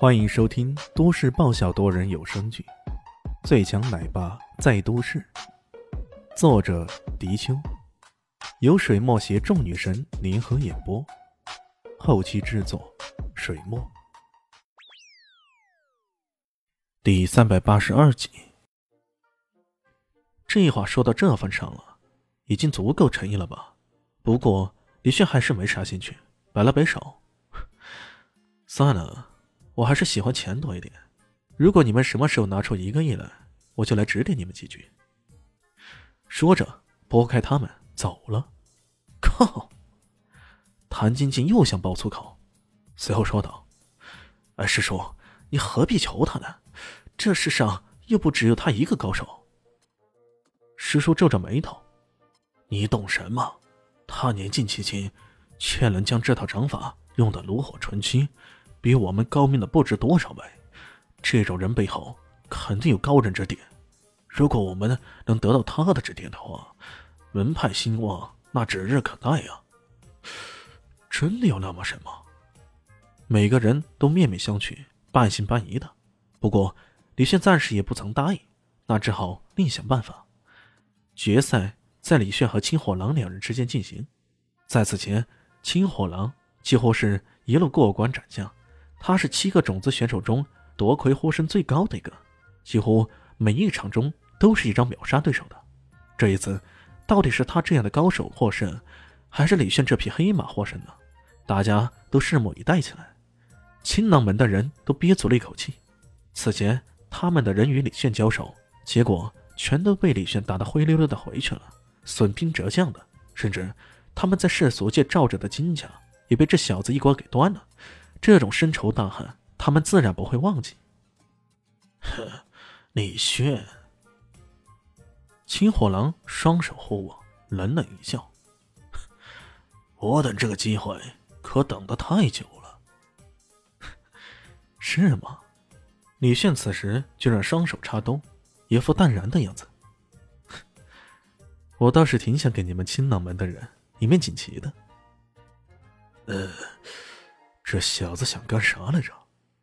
欢迎收听都市爆笑多人有声剧《最强奶爸在都市》，作者：迪秋，由水墨携众女神联合演播，后期制作：水墨。第382集。这话说到这份上了，已经足够诚意了吧？不过李炫还是没啥兴趣，摆了摆手。算了，我还是喜欢钱多一点。如果你们什么时候拿出1个亿来，我就来指点你们几句。说着拨开他们走了。靠！谭晶晶又想爆粗口，随后说道：师叔，你何必求他呢？这世上又不只有他一个高手。师叔皱着眉头：你懂什么？他年近期轻，却能将这套掌法用得炉火纯青，比我们高明的不知多少倍。这种人背后肯定有高人指点，如果我们能得到他的指点的话，门派兴旺那指日可待啊！真的有那么什么？每个人都面面相觑，半信半疑的。不过李炫暂时也不曾答应，那只好另想办法。决赛在李炫和青火狼2人之间进行，在此前，青火狼几乎是一路过关斩将，他是7个种子选手中夺魁呼声最高的一个，几乎每一场中都是一张秒杀对手的。这一次到底是他这样的高手获胜，还是李炫这匹黑马获胜呢？大家都拭目以待起来。青狼门的人都憋足了一口气，此前他们的人与李炫交手，结果全都被李炫打得灰溜溜的回去了，损兵折将的，甚至他们在世俗界罩着的金甲也被这小子一锅给端了。这种深仇大恨他们自然不会忘记。呵，李炫。青火狼双手护握，冷冷一笑：我等这个机会可等得太久了。是吗？李炫此时就让双手插兜，一副淡然的样子。我倒是挺想给你们青狼门的人一面锦旗的。这小子想干啥来着？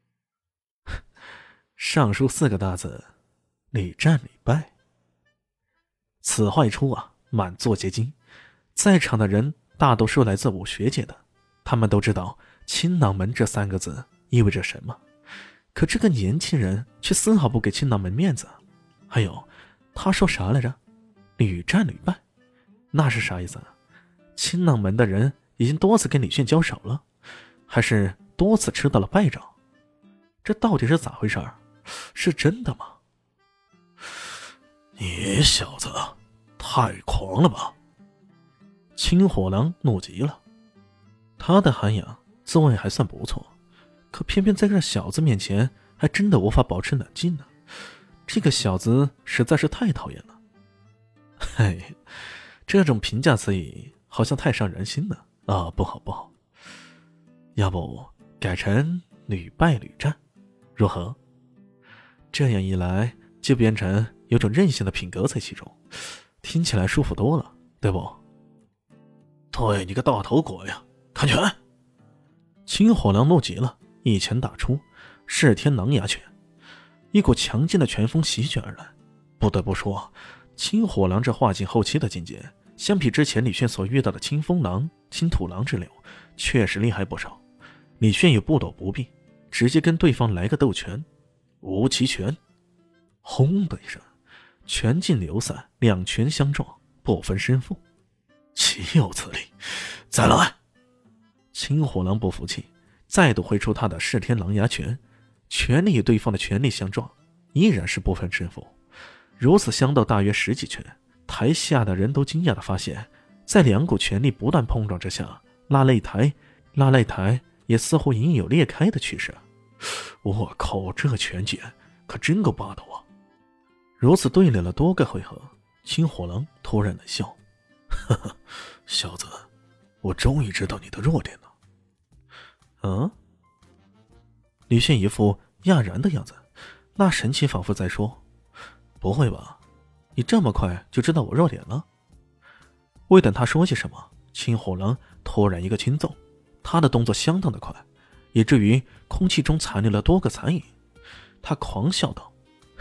上书4个大字：屡战屡败。此话一出啊，满座皆惊。在场的人大多数来自武学界的，他们都知道青狼门这3个字意味着什么。可这个年轻人却丝毫不给青狼门面子。还有，他说啥来着？屡战屡败，那是啥意思啊？青狼门的人已经多次跟李炫交手了，还是多次吃到了败仗？这到底是咋回事？是真的吗？你小子太狂了吧！青火狼怒极了，他的涵养自问还算不错，可偏偏在这小子面前还真的无法保持冷静呢。这个小子实在是太讨厌了。嘿，这种评价词语好像太伤人心了啊！不好不好，要不改成屡败屡战，如何？这样一来就变成有种任性的品格在其中，听起来舒服多了，对不？对你个大头鬼呀！看拳！青火狼怒极了，一拳打出，噬天狼牙拳。一股强劲的拳风席卷而来。不得不说，青火狼这化境后期的境界，相比之前李炫所遇到的青风狼、青土狼之流，确实厉害不少。李炫也不躲不避，直接跟对方来个斗拳。无极拳！轰的一声，拳劲流散，2拳相撞，不分胜负。岂有此理！再来！青火狼不服气，再度挥出他的噬天狼牙拳，全力与对方的全力相撞，依然是不分胜负。如此相斗大约10几拳，台下的人都惊讶地发现，在2股拳力不断碰撞之下，拉擂台也似乎隐隐有裂开的趋势。我靠，这拳劲可真够霸道啊！如此对垒了多个回合，青火狼突然冷笑：呵呵，小子，我终于知道你的弱点了。李炫一副讶然的样子，那神情仿佛在说：不会吧，你这么快就知道我弱点了？未等他说些什么，青火狼突然一个轻纵，他的动作相当的快， 以至于空气中残留了多个残影。他狂笑道：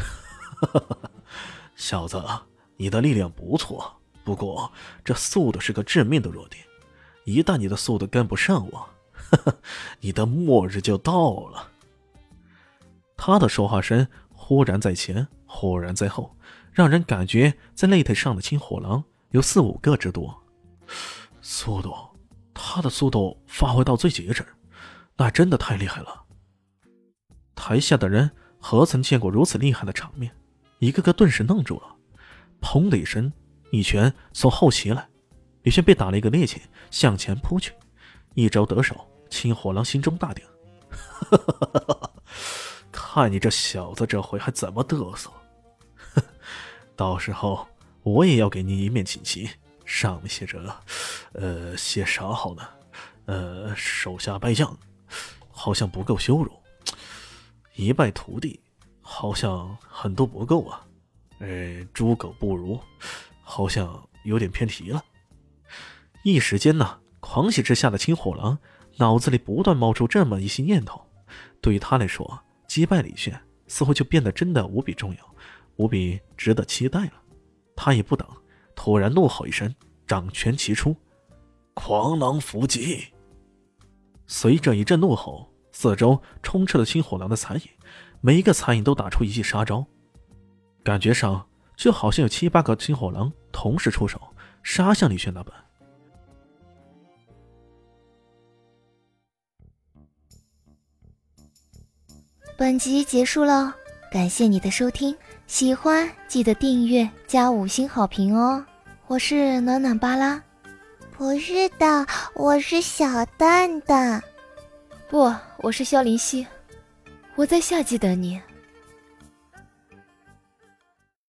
小子，你的力量不错，不过这速度是个致命的弱点，一旦你的速度跟不上我，你的末日就到了。他的说话声忽然在前，忽然在后，让人感觉在擂台上的青火狼有4、5个之多。他的速度发挥到最极致，那真的太厉害了。台下的人何曾见过如此厉害的场面，一个个顿时愣住了。砰的一声，一拳从后袭来，李轩被打了一个趔趄，向前扑去，一招得手。青火狼心中大定，看你这小子这回还怎么嘚瑟。到时候我也要给你一面锦旗，上面写着写啥好呢？手下败将，好像不够羞辱；一败涂地，好像很多不够啊。猪狗不如，好像有点偏题了。一时间呢，狂喜之下的青火狼脑子里不断冒出这么一些念头。对于他来说，击败李炫似乎就变得真的无比重要，无比值得期待了。他也不等，突然怒吼一声，掌拳齐出，狂狼伏击。随着一阵怒吼，四周充斥了青火狼的残影，每一个残影都打出一记杀招，感觉上就好像有7、8个青火狼同时出手，杀向李炫那般。 本集结束了，感谢你的收听，喜欢记得订阅加5星好评哦。我是暖暖巴拉。 不是的，我是小蛋蛋。 不，我是萧林希。我在夏季等你。